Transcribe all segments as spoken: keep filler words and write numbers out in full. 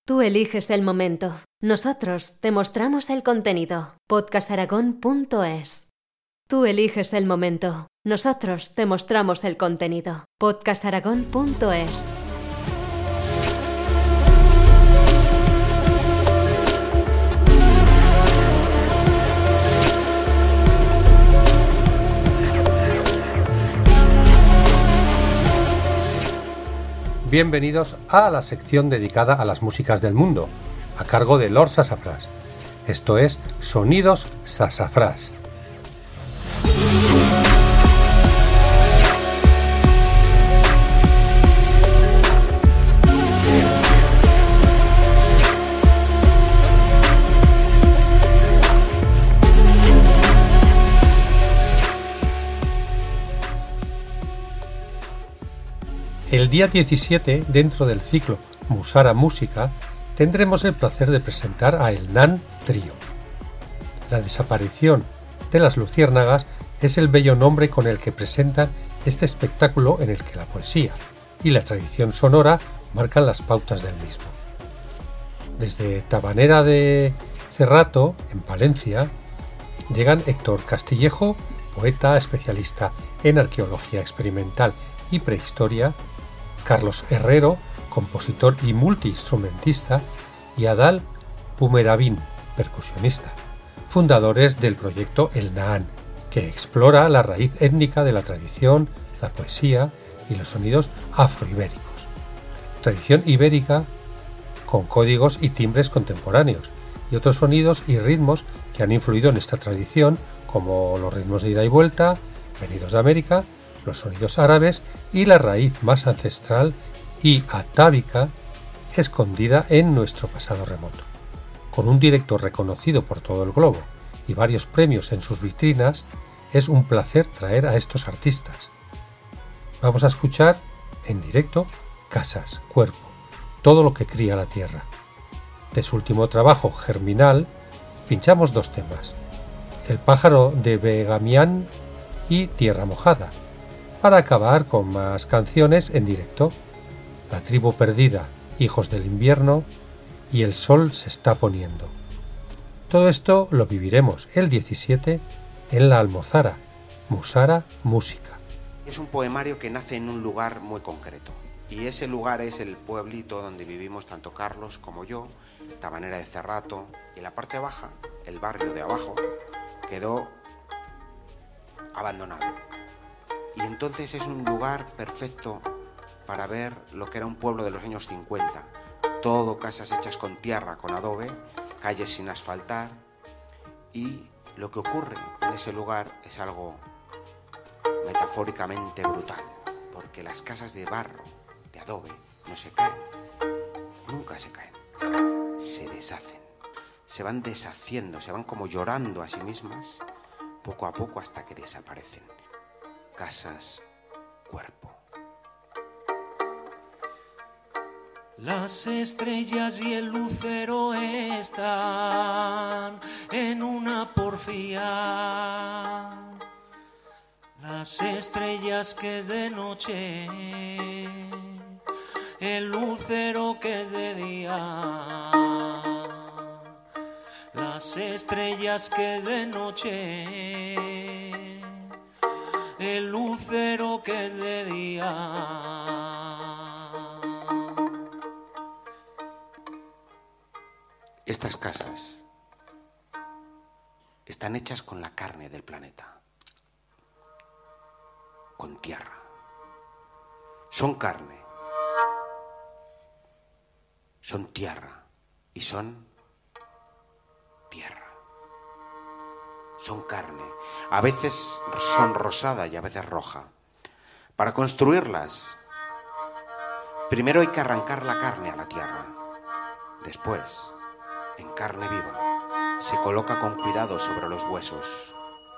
Tú eliges el momento. Nosotros te mostramos el contenido. podcast aragón punto es. Tú eliges el momento. Nosotros te mostramos el contenido. podcast aragón punto es. Bienvenidos a la sección dedicada a las músicas del mundo, a cargo de Lord Sassafras. Esto es Sonidos Sassafras. El día diecisiete, dentro del ciclo Musara Música, tendremos el placer de presentar a El Nan Trío. La desaparición de las luciérnagas es el bello nombre con el que presentan este espectáculo en el que la poesía y la tradición sonora marcan las pautas del mismo. Desde Tabanera de Cerrato, en Palencia, llegan Héctor Castillejo, poeta especialista en arqueología experimental y prehistoria, Carlos Herrero, compositor y multiinstrumentista, y Adal Pumeravín, percusionista, fundadores del proyecto El Naan, que explora la raíz étnica de la tradición, la poesía y los sonidos afroibéricos. Tradición ibérica con códigos y timbres contemporáneos, y otros sonidos y ritmos que han influido en esta tradición, como los ritmos de ida y vuelta, venidos de América, los sonidos árabes y la raíz más ancestral y atávica escondida en nuestro pasado remoto. Con un directo reconocido por todo el globo y varios premios en sus vitrinas, es un placer traer a estos artistas. Vamos a escuchar en directo Casas, Cuerpo, todo lo que cría la tierra. De su último trabajo, Germinal, pinchamos dos temas: El pájaro de Begamián y Tierra mojada, para acabar con más canciones en directo: La tribu perdida, Hijos del invierno y El sol se está poniendo. Todo esto lo viviremos el diecisiete en la Almozara, Musara Música. Es un poemario que nace en un lugar muy concreto, y ese lugar es el pueblito donde vivimos tanto Carlos como yo, Tabanera de Cerrato, y en la parte baja, el barrio de abajo, quedó abandonado. Y entonces es un lugar perfecto para ver lo que era un pueblo de los años cincuenta. Todo casas hechas con tierra, con adobe, calles sin asfaltar. Y lo que ocurre en ese lugar es algo metafóricamente brutal, porque las casas de barro, de adobe, no se caen, nunca se caen, se deshacen. Se van deshaciendo, se van como llorando a sí mismas, poco a poco hasta que desaparecen. Casas, cuerpo. Las estrellas y el lucero están en una porfía. Las estrellas que es de noche, el lucero que es de día. Las estrellas que es de noche, el lucero que es de día. Estas casas están hechas con la carne del planeta, con tierra. Son carne, son tierra y son tierra. Son carne, a veces son rosada y a veces roja. Para construirlas, primero hay que arrancar la carne a la tierra. Después, en carne viva, se coloca con cuidado sobre los huesos.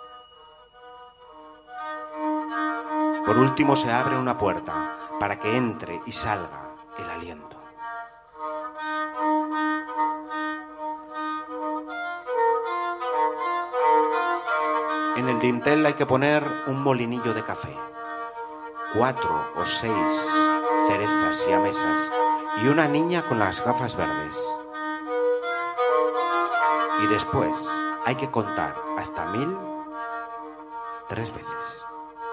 Por último, se abre una puerta para que entre y salga el aliento. En el dintel hay que poner un molinillo de café, cuatro o seis cerezas siamesas y una niña con las gafas verdes. Y después hay que contar hasta mil tres veces.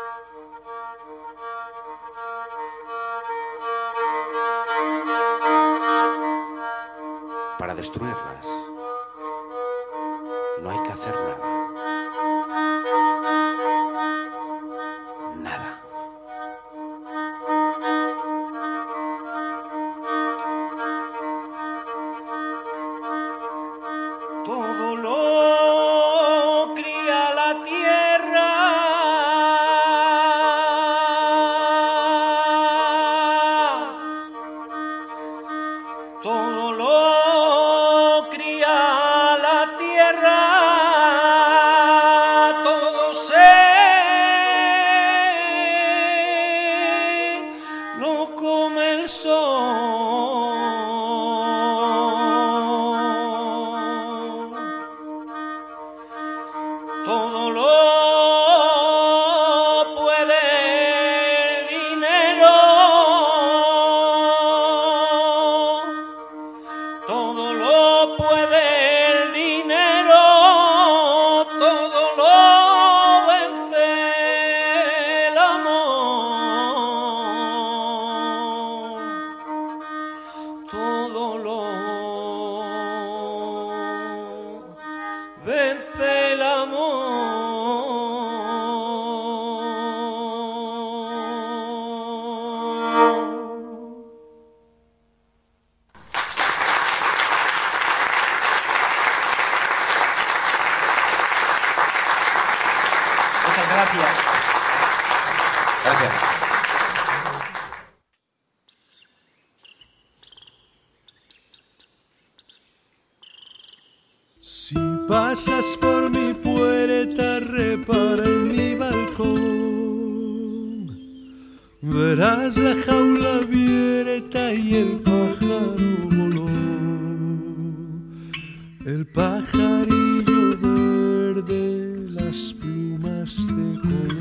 Para destruirlas no hay que hacer nada. Nada. Todo lo cría la tierra, todo lo cría la tierra, todo se lo come el sol. Todo lo puede el dinero, todo lo puede el dinero, todo lo vence el amor, todo lo vence el amor. Muchas gracias. Gracias. Si pasas por mi puerta, repara en mi balcón. Verás la jaula abierta y el pájaro voló. El pajarillo verde, las plumas de color.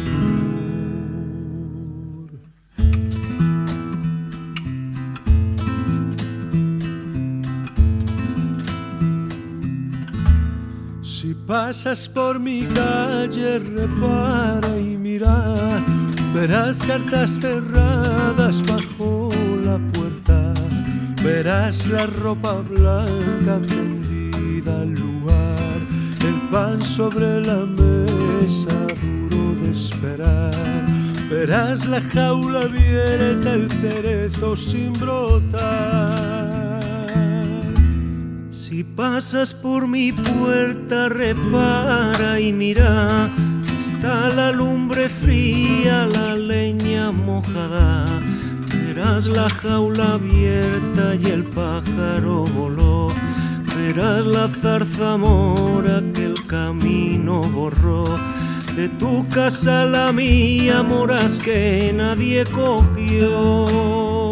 Si pasas por mi calle, repara y mira, verás cartas cerradas bajo la puerta, verás la ropa blanca tendida al lugar, el pan sobre la mesa duro de esperar, verás la jaula abierta, el cerezo sin brotar. Si pasas por mi puerta, repara y mira, está la lumbre fría, la leña mojada, verás la jaula abierta y el pájaro voló, verás la zarzamora que el camino borró, de tu casa a la mía, moras que nadie cogió.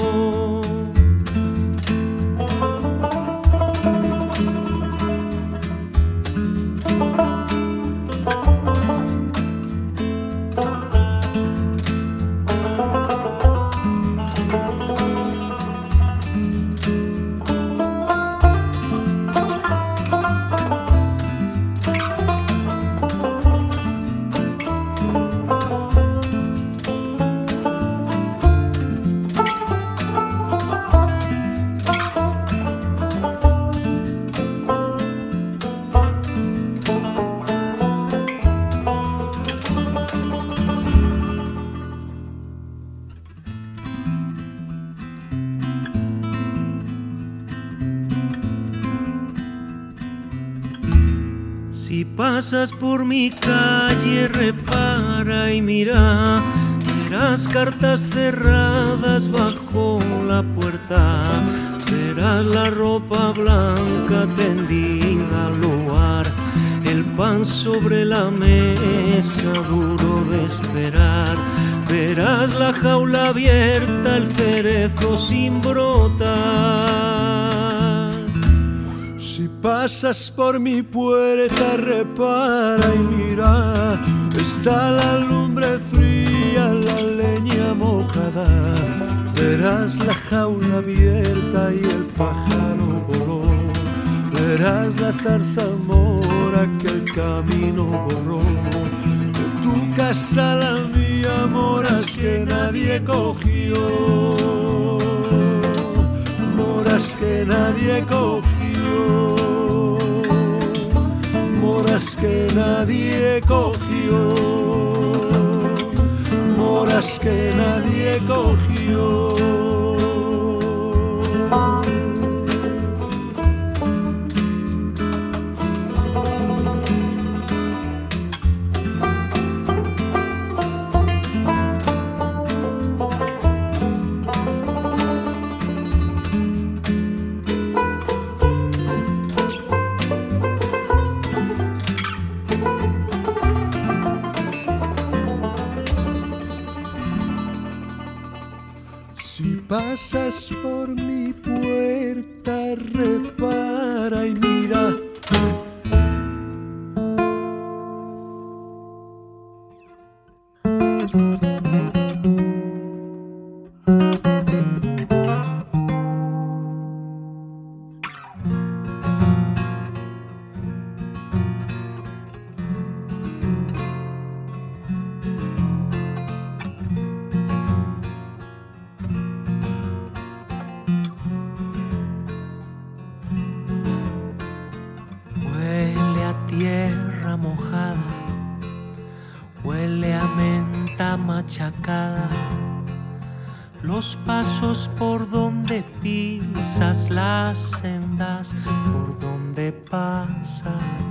Si pasas por mi calle, repara y mira, verás cartas cerradas bajo la puerta, verás la ropa blanca tendida al lugar, el pan sobre la mesa duro de esperar, verás la jaula abierta, el cerezo sin brotar. Si pasas por mi puerta, repara y mira, está la lumbre fría, la leña mojada, verás la jaula abierta y el pájaro voló, verás la zarzamora que el camino borró, de tu casa a la mía moras que nadie cogió, moras que nadie cogió, moras que nadie cogió, moras que nadie cogió. Si pasas por mi puerta, repara y mira. Tierra mojada, huele a menta machacada, los pasos por donde pisas, las sendas por donde pasas.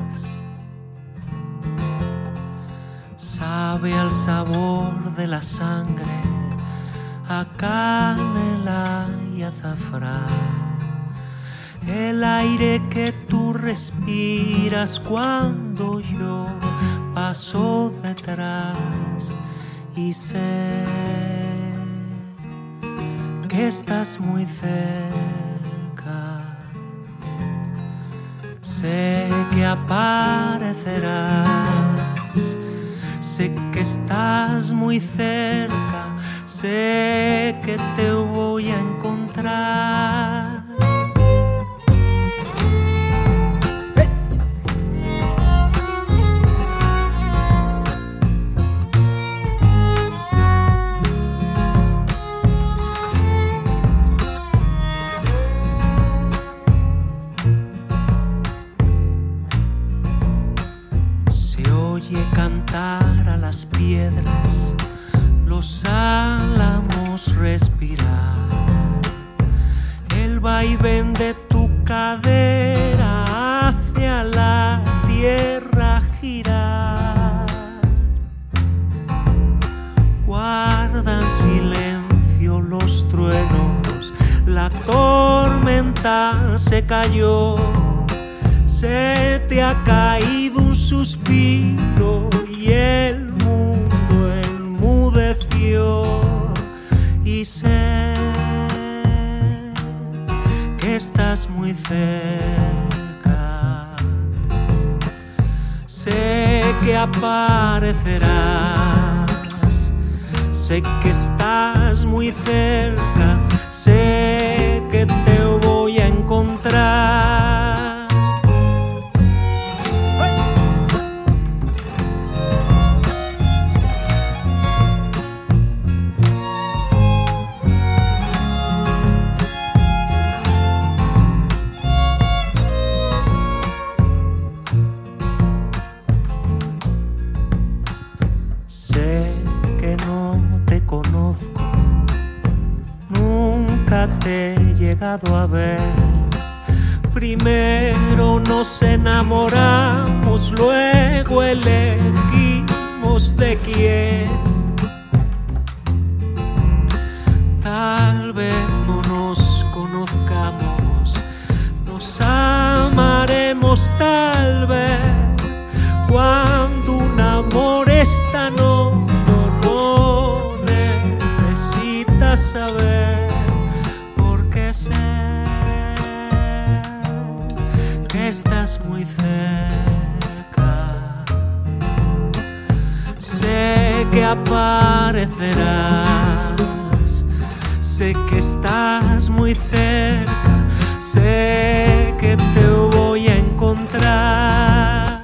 Sabe al sabor de la sangre, a canela y azafrán. El aire que tú respiras cuando yo paso detrás, y sé que estás muy cerca, sé que aparecerás, sé que estás muy cerca, sé que te voy a encontrar. Cantar a las piedras, los álamos respirar, el vaivén de tu cadera hacia la tierra girar. Guardan silencio los truenos, la tormenta se cayó, se te ha caído un suspiro y el mundo enmudeció, y sé que estás muy cerca, sé que aparecerás, sé que estás muy cerca, sé que te voy a encontrar. Te he llegado a ver. Primero nos enamoramos, luego elegimos de quién. Tal vez no nos conozcamos, nos amaremos tal vez. Cuando un amor está no, no, no necesitas saber. Sé que estás muy cerca, sé que aparecerás, Sé que estás muy cerca, sé que te voy a encontrar.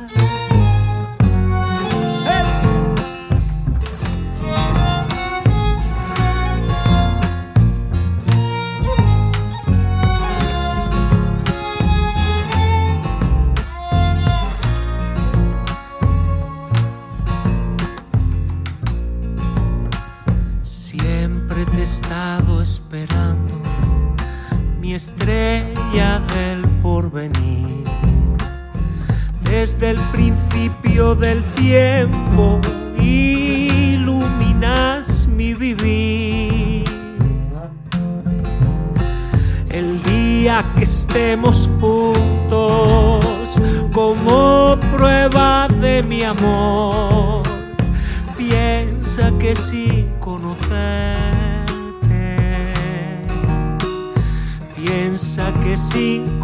Siempre te he estado esperando, mi estrella del porvenir. Desde el principio del tiempo iluminas mi vivir. El día que estemos juntos como prueba de mi amor, piensa que sin conocerte, piensa que sin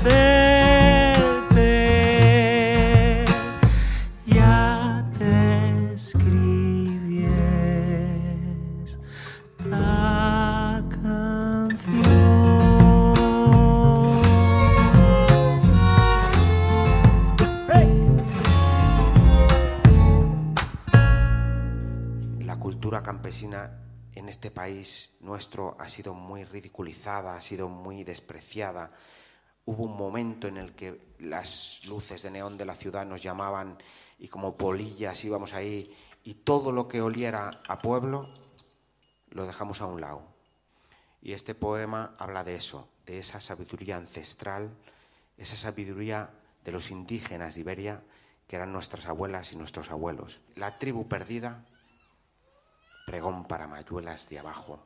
conocerte ya te escribí esta canción. La cultura campesina en este país nuestro ha sido muy ridiculizada, ha sido muy despreciada. Hubo un momento en el que las luces de neón de la ciudad nos llamaban y como polillas íbamos ahí y todo lo que oliera a pueblo lo dejamos a un lado. Y este poema habla de eso, de esa sabiduría ancestral, esa sabiduría de los indígenas de Iberia que eran nuestras abuelas y nuestros abuelos. La tribu perdida, pregón para mayuelas de abajo.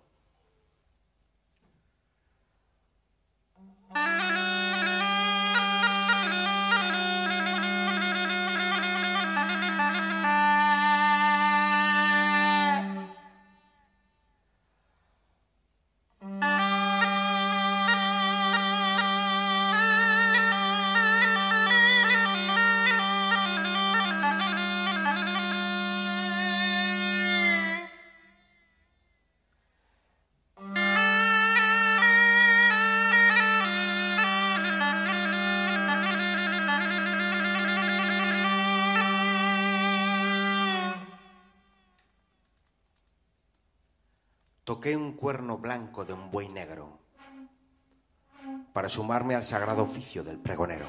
Toqué un cuerno blanco de un buey negro para sumarme al sagrado oficio del pregonero.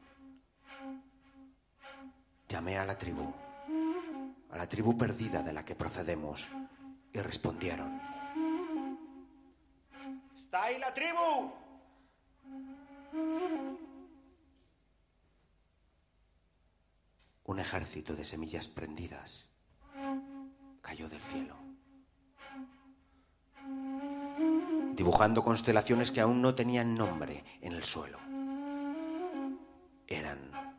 Llamé a la tribu, a la tribu perdida de la que procedemos, y respondieron: ¿está ahí la tribu? Un ejército de semillas prendidas cayó del cielo, dibujando constelaciones que aún no tenían nombre en el suelo. Eran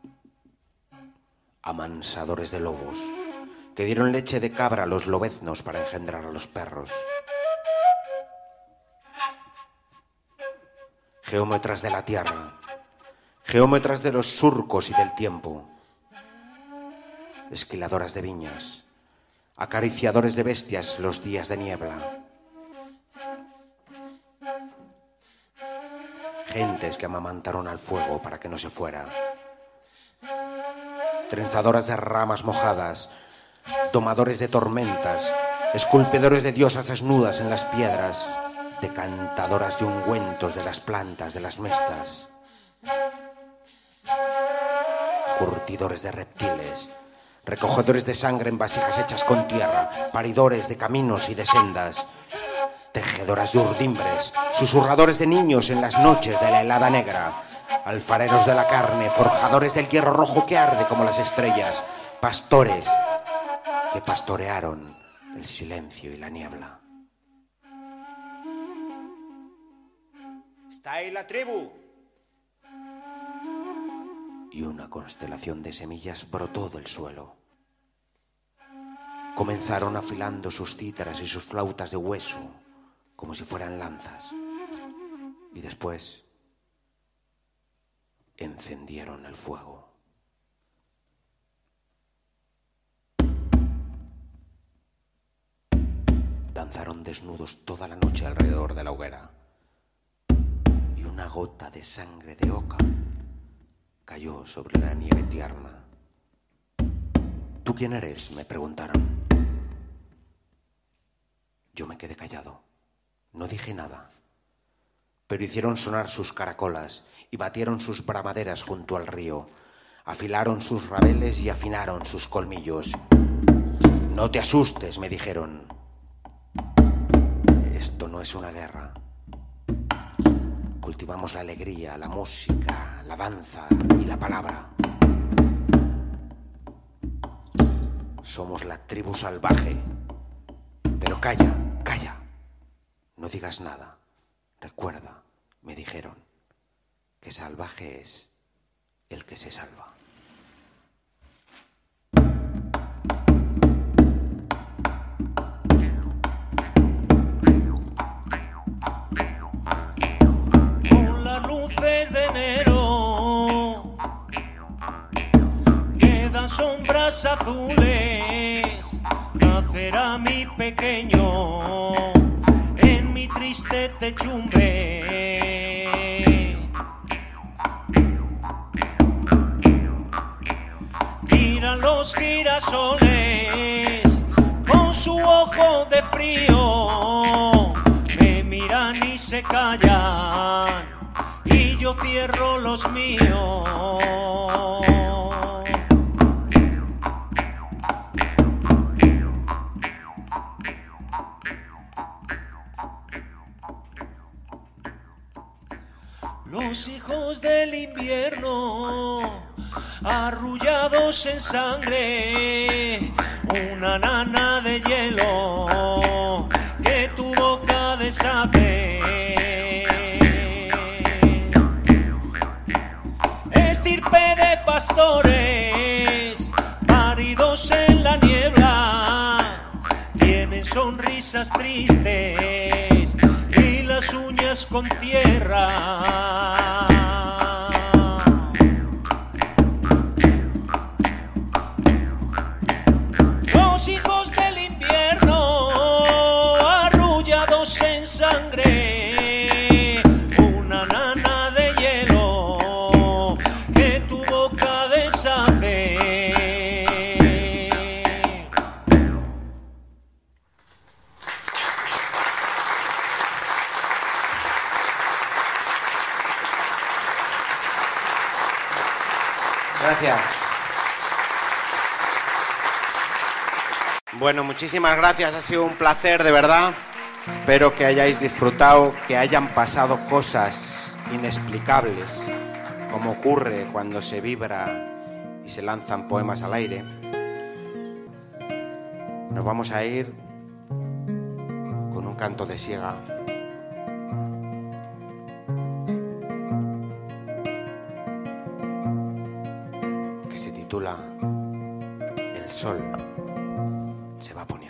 amansadores de lobos que dieron leche de cabra a los lobeznos para engendrar a los perros. Geómetras de la tierra, geómetras de los surcos y del tiempo, esquiladoras de viñas, acariciadores de bestias los días de niebla, gentes que amamantaron al fuego para que no se fuera, trenzadoras de ramas mojadas, domadores de tormentas, esculpidores de diosas desnudas en las piedras, decantadoras de ungüentos de las plantas de las mestas, curtidores de reptiles, recogedores de sangre en vasijas hechas con tierra, paridores de caminos y de sendas, tejedoras de urdimbres, susurradores de niños en las noches de la helada negra, alfareros de la carne, forjadores del hierro rojo que arde como las estrellas, pastores que pastorearon el silencio y la niebla. ¿Está ahí la tribu? Y una constelación de semillas brotó del suelo. Comenzaron afilando sus cítaras y sus flautas de hueso como si fueran lanzas. Y después encendieron el fuego. danzaron desnudos toda la noche alrededor de la hoguera. Y una gota de sangre de oca cayó sobre la nieve tierna. ¿Tú quién eres?, me preguntaron. Yo me quedé callado, no dije nada, pero hicieron sonar sus caracolas y batieron sus bramaderas junto al río, afilaron sus rabeles y afinaron sus colmillos. No te asustes, me dijeron. Esto no es una guerra. Cultivamos la alegría, la música, la danza y la palabra. Somos la tribu salvaje. Pero calla, calla. No digas nada. Recuerda, me dijeron, que salvaje es el que se salva. Con las luces de enero quedan sombras azules. Nacerá mi pequeño en mi triste techumbre. Miran los girasoles con su ojo de frío, me miran y se callan y yo cierro los míos. Los hijos del invierno, arrullados en sangre, una nana de hielo que tu boca deshace. Estirpe de pastores, paridos en la niebla, tienen sonrisas tristes y las uñas con tierra. Los hijos del invierno, arrullados en sangre, una nana de hielo que tu boca deshace. Gracias. Bueno, muchísimas gracias, ha sido un placer, de verdad. Espero que hayáis disfrutado, que hayan pasado cosas inexplicables, como ocurre cuando se vibra y se lanzan poemas al aire. Nos vamos a ir con un canto de siega. Que se titula El sol se va poniendo.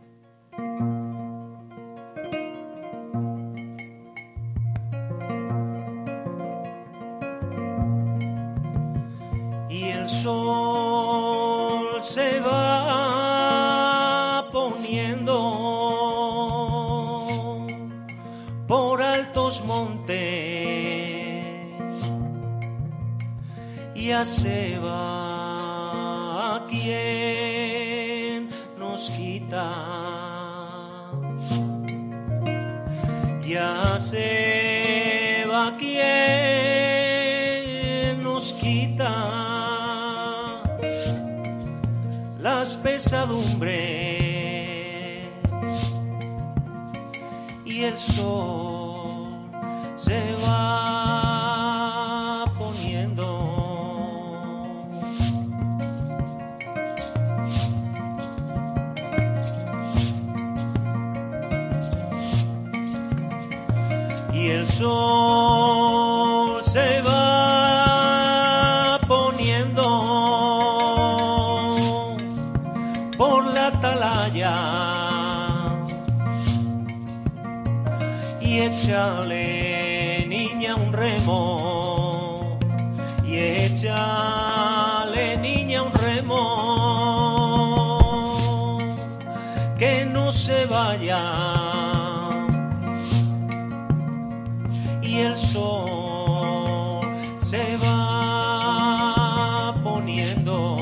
Y el sol se va poniendo por altos montes, ya se va quien nos quita, ya se va quien nos quita las pesadumbres, y el sol se va poniendo. Y el sol se va poniendo por la atalaya, y échale, niña, un remo, y échale, niña, un remo, que no se vaya fría y el sol se va poniendo.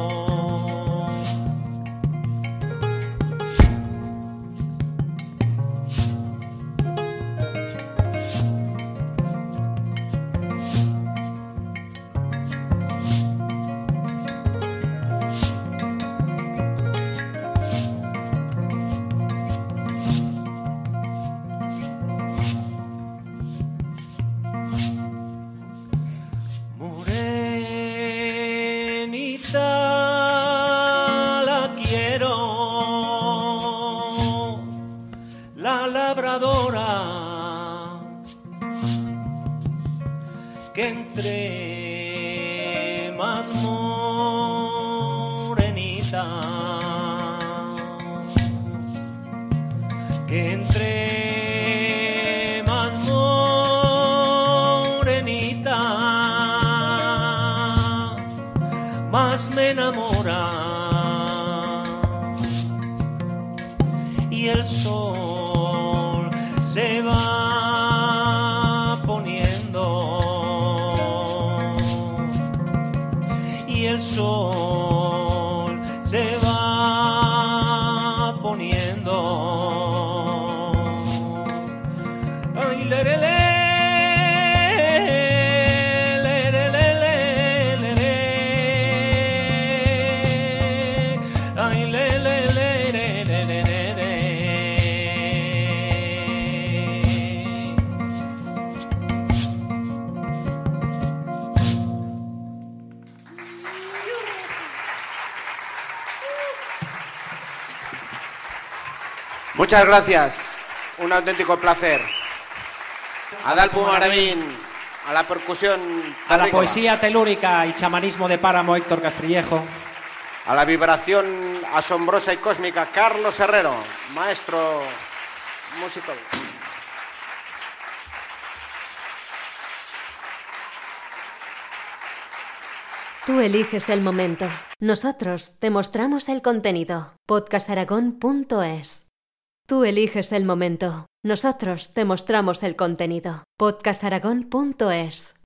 La quiero, la labradora, que entre más morenita, que entre más morenita, más me enamora. Y el sol se va poniendo, y el sol se va poniendo. Ay, le, le, le. Muchas gracias, un auténtico placer. Adalpun Arevin, a la percusión a la terrícola. poesía telúrica y chamanismo de páramo, Héctor Castillejo. A la vibración asombrosa y cósmica, Carlos Herrero, maestro músico. Tú eliges el momento. Nosotros te mostramos el contenido. podcast aragón punto es. Tú eliges el momento. Nosotros te mostramos el contenido. podcast aragón punto es.